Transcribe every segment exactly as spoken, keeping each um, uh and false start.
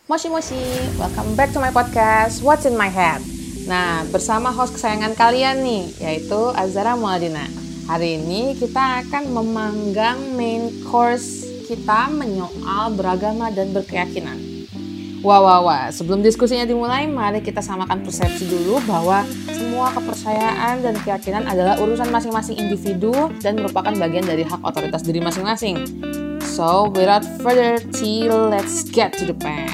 Moshi Moshi, welcome back to my podcast What's in my head. Nah, bersama host kesayangan kalian nih, yaitu Azara Muadina. Hari ini kita akan memanggang main course kita menyoal beragama dan berkeyakinan. Wah, wah, wah, sebelum diskusinya dimulai, mari kita samakan persepsi dulu bahwa semua kepercayaan dan keyakinan adalah urusan masing-masing individu dan merupakan bagian dari hak otoritas diri masing-masing. So, without further ado, let's get to the point.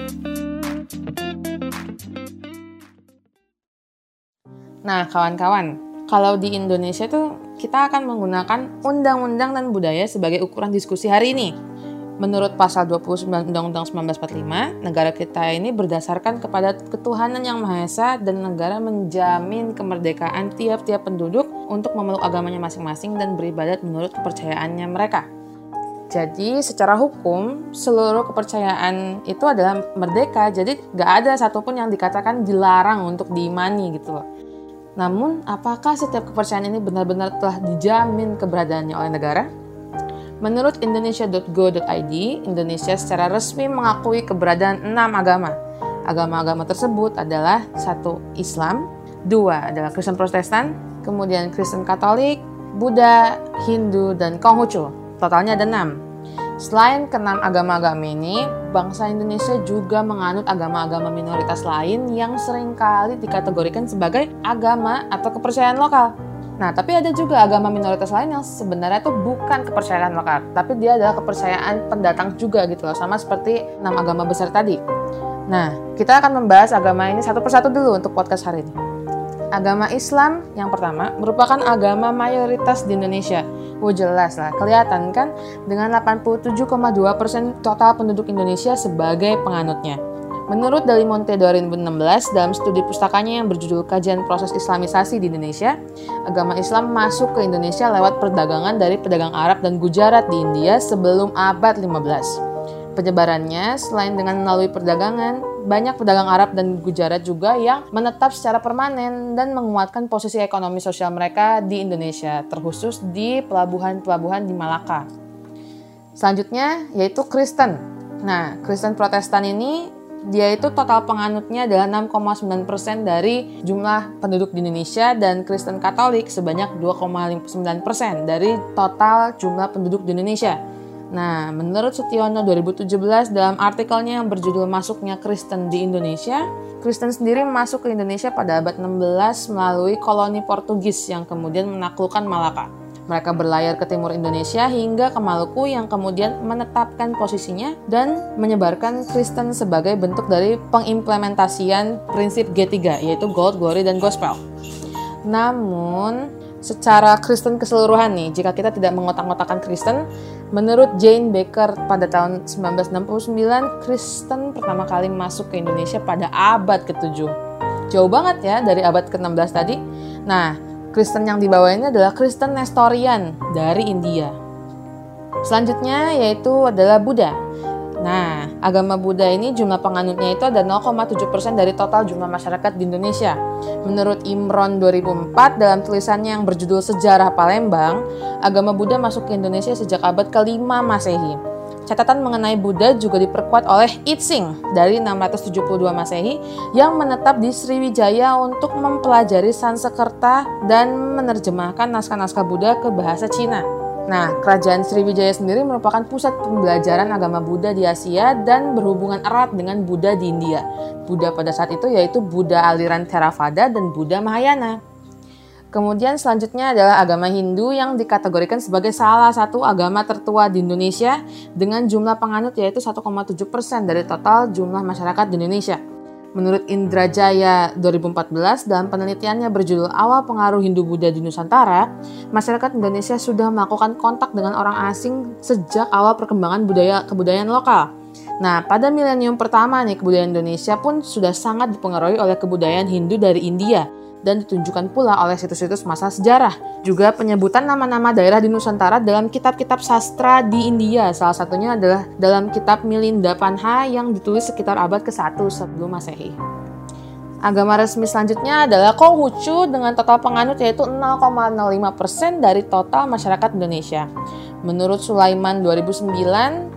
Nah, kawan-kawan, kalau di Indonesia tuh kita akan menggunakan undang-undang dan budaya sebagai ukuran diskusi hari ini. Menurut pasal dua puluh sembilan Undang-Undang seribu sembilan ratus empat puluh lima, negara kita ini berdasarkan kepada ketuhanan yang Maha Esa dan negara menjamin kemerdekaan tiap-tiap penduduk untuk memeluk agamanya masing-masing dan beribadat menurut kepercayaannya mereka. Jadi secara hukum, seluruh kepercayaan itu adalah merdeka, jadi gak ada satupun yang dikatakan dilarang untuk diimani gitu loh. Namun, apakah setiap kepercayaan ini benar-benar telah dijamin keberadaannya oleh negara? Menurut indonesia dot go dot i d, Indonesia secara resmi mengakui keberadaan enam agama. Agama-agama tersebut adalah satu Islam, dua adalah Kristen Protestan, kemudian Kristen Katolik, Buddha, Hindu, dan Konghucu. Totalnya ada enam. Selain keenam agama-agama ini, bangsa Indonesia juga menganut agama-agama minoritas lain yang seringkali dikategorikan sebagai agama atau kepercayaan lokal. Nah, tapi ada juga agama minoritas lain yang sebenarnya itu bukan kepercayaan lokal, tapi dia adalah kepercayaan pendatang juga gitu loh, sama seperti enam agama besar tadi. Nah, kita akan membahas agama ini satu persatu dulu untuk podcast hari ini. Agama Islam yang pertama merupakan agama mayoritas di Indonesia. Oh jelas lah, kelihatan kan dengan delapan puluh tujuh koma dua persen total penduduk Indonesia sebagai penganutnya. Menurut Dalimonte dua ribu enam belas, dalam studi pustakanya yang berjudul Kajian Proses Islamisasi di Indonesia, agama Islam masuk ke Indonesia lewat perdagangan dari pedagang Arab dan Gujarat di India sebelum abad lima belas. Penyebarannya selain dengan melalui perdagangan, banyak pedagang Arab dan Gujarat juga yang menetap secara permanen dan menguatkan posisi ekonomi sosial mereka di Indonesia, terkhusus di pelabuhan-pelabuhan di Malaka. Selanjutnya yaitu Kristen. Nah, Kristen Protestan ini dia itu total penganutnya adalah enam koma sembilan persen dari jumlah penduduk di Indonesia dan Kristen Katolik sebanyak dua koma sembilan persen dari total jumlah penduduk di Indonesia. Nah, menurut Sutiono dua ribu tujuh belas dalam artikelnya yang berjudul Masuknya Kristen di Indonesia, Kristen sendiri masuk ke Indonesia pada abad enam belas melalui koloni Portugis yang kemudian menaklukkan Malaka. Mereka berlayar ke timur Indonesia hingga ke Maluku yang kemudian menetapkan posisinya dan menyebarkan Kristen sebagai bentuk dari pengimplementasian prinsip G tiga, yaitu Gold, Glory, dan Gospel. Namun, secara Kristen keseluruhan nih, jika kita tidak mengotak-ngotakan Kristen, menurut Jane Baker pada tahun sembilan belas enam puluh sembilan, Kristen pertama kali masuk ke Indonesia pada abad ketujuh. Jauh banget ya dari abad ke enam belas tadi. Nah, Kristen yang dibawa ini adalah Kristen Nestorian dari India. Selanjutnya yaitu adalah Buddha. Nah, agama Buddha ini jumlah penganutnya itu ada nol koma tujuh persen dari total jumlah masyarakat di Indonesia. Menurut Imron dua ribu empat dalam tulisannya yang berjudul Sejarah Palembang, agama Buddha masuk ke Indonesia sejak abad kelima Masehi. Catatan mengenai Buddha juga diperkuat oleh Itsing dari enam ratus tujuh puluh dua Masehi yang menetap di Sriwijaya untuk mempelajari Sanskerta dan menerjemahkan naskah-naskah Buddha ke bahasa Cina. Nah, kerajaan Sriwijaya sendiri merupakan pusat pembelajaran agama Buddha di Asia dan berhubungan erat dengan Buddha di India. Buddha pada saat itu yaitu Buddha aliran Theravada dan Buddha Mahayana. Kemudian selanjutnya adalah agama Hindu yang dikategorikan sebagai salah satu agama tertua di Indonesia dengan jumlah penganut yaitu satu koma tujuh persen dari total jumlah masyarakat di Indonesia. Menurut Indrajaya dua ribu empat belas dalam penelitiannya berjudul Awal Pengaruh Hindu-Buddha di Nusantara, masyarakat Indonesia sudah melakukan kontak dengan orang asing sejak awal perkembangan budaya kebudayaan lokal. Nah, pada milenium pertama nih kebudayaan Indonesia pun sudah sangat dipengaruhi oleh kebudayaan Hindu dari India dan ditunjukkan pula oleh situs-situs masa sejarah. Juga penyebutan nama-nama daerah di Nusantara dalam kitab-kitab sastra di India. Salah satunya adalah dalam kitab Milinda Panha yang ditulis sekitar abad ke satu sebelum Masehi. Agama resmi selanjutnya adalah Konghucu dengan total penganut yaitu nol koma nol lima persen dari total masyarakat Indonesia. Menurut Sulaiman dua ribu sembilan,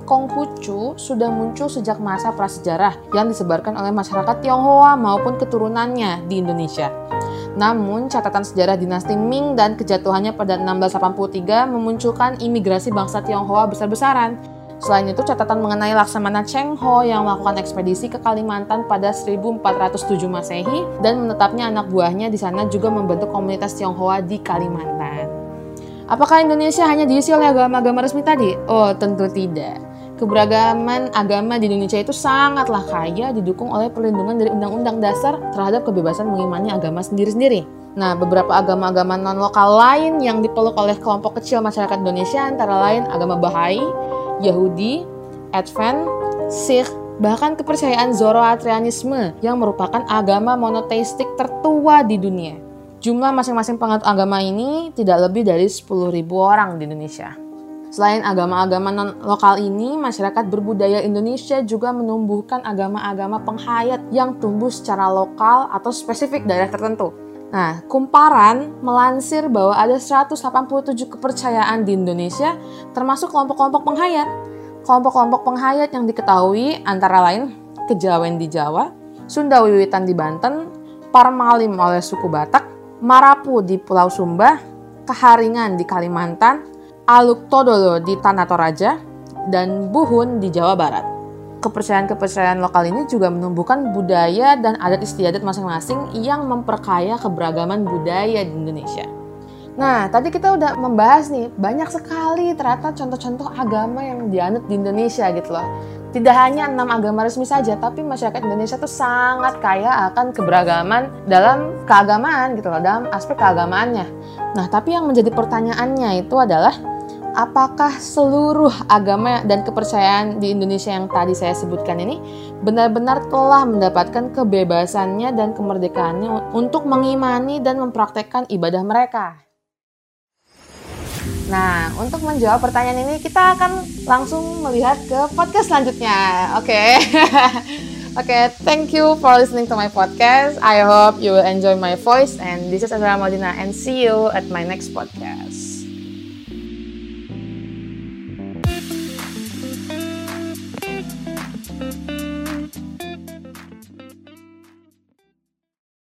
Konghucu sudah muncul sejak masa prasejarah yang disebarkan oleh masyarakat Tionghoa maupun keturunannya di Indonesia. Namun, catatan sejarah dinasti Ming dan kejatuhannya pada enam belas delapan puluh tiga memunculkan imigrasi bangsa Tionghoa besar-besaran. Selain itu, catatan mengenai Laksamana Cheng Ho yang melakukan ekspedisi ke Kalimantan pada seribu empat ratus tujuh Masehi dan menetapnya anak buahnya di sana juga membentuk komunitas Tionghoa di Kalimantan. Apakah Indonesia hanya diisi oleh agama-agama resmi tadi? Oh, tentu tidak. Keberagaman agama di Indonesia itu sangatlah kaya, didukung oleh perlindungan dari Undang-Undang Dasar terhadap kebebasan mengimani agama sendiri-sendiri. Nah, beberapa agama-agama non-lokal lain yang dipeluk oleh kelompok kecil masyarakat Indonesia antara lain agama Bahai, Yahudi, Advent, Sikh, bahkan kepercayaan Zoroastrianisme yang merupakan agama monoteistik tertua di dunia. Jumlah masing-masing penganut agama ini tidak lebih dari sepuluh ribu orang di Indonesia. Selain agama-agama non-lokal ini, masyarakat berbudaya Indonesia juga menumbuhkan agama-agama penghayat yang tumbuh secara lokal atau spesifik daerah tertentu. Nah, Kumparan melansir bahwa ada seratus delapan puluh tujuh kepercayaan di Indonesia, termasuk kelompok-kelompok penghayat. Kelompok-kelompok penghayat yang diketahui antara lain Kejawen di Jawa, Sunda Wiwitan di Banten, Parmalim oleh suku Batak, Marapu di Pulau Sumba, Keharingan di Kalimantan, Aluk Todolo di Tanah Toraja, dan Buhun di Jawa Barat. Kepercayaan-kepercayaan lokal ini juga menumbuhkan budaya dan adat istiadat masing-masing yang memperkaya keberagaman budaya di Indonesia. Nah, tadi kita udah membahas nih, banyak sekali ternyata contoh-contoh agama yang dianut di Indonesia gitu loh. Tidak hanya enam agama resmi saja, tapi masyarakat Indonesia tuh sangat kaya akan keberagaman dalam keagamaan gitu loh, dalam aspek keagamaannya. Nah, tapi yang menjadi pertanyaannya itu adalah, apakah seluruh agama dan kepercayaan di Indonesia yang tadi saya sebutkan ini benar-benar telah mendapatkan kebebasannya dan kemerdekaannya untuk mengimani dan mempraktekkan ibadah mereka? Nah, untuk menjawab pertanyaan ini kita akan langsung melihat ke podcast selanjutnya. Oke. Okay. Oke, okay, thank you for listening to my podcast. I hope you will enjoy my voice and this is Azra Madina and see you at my next podcast.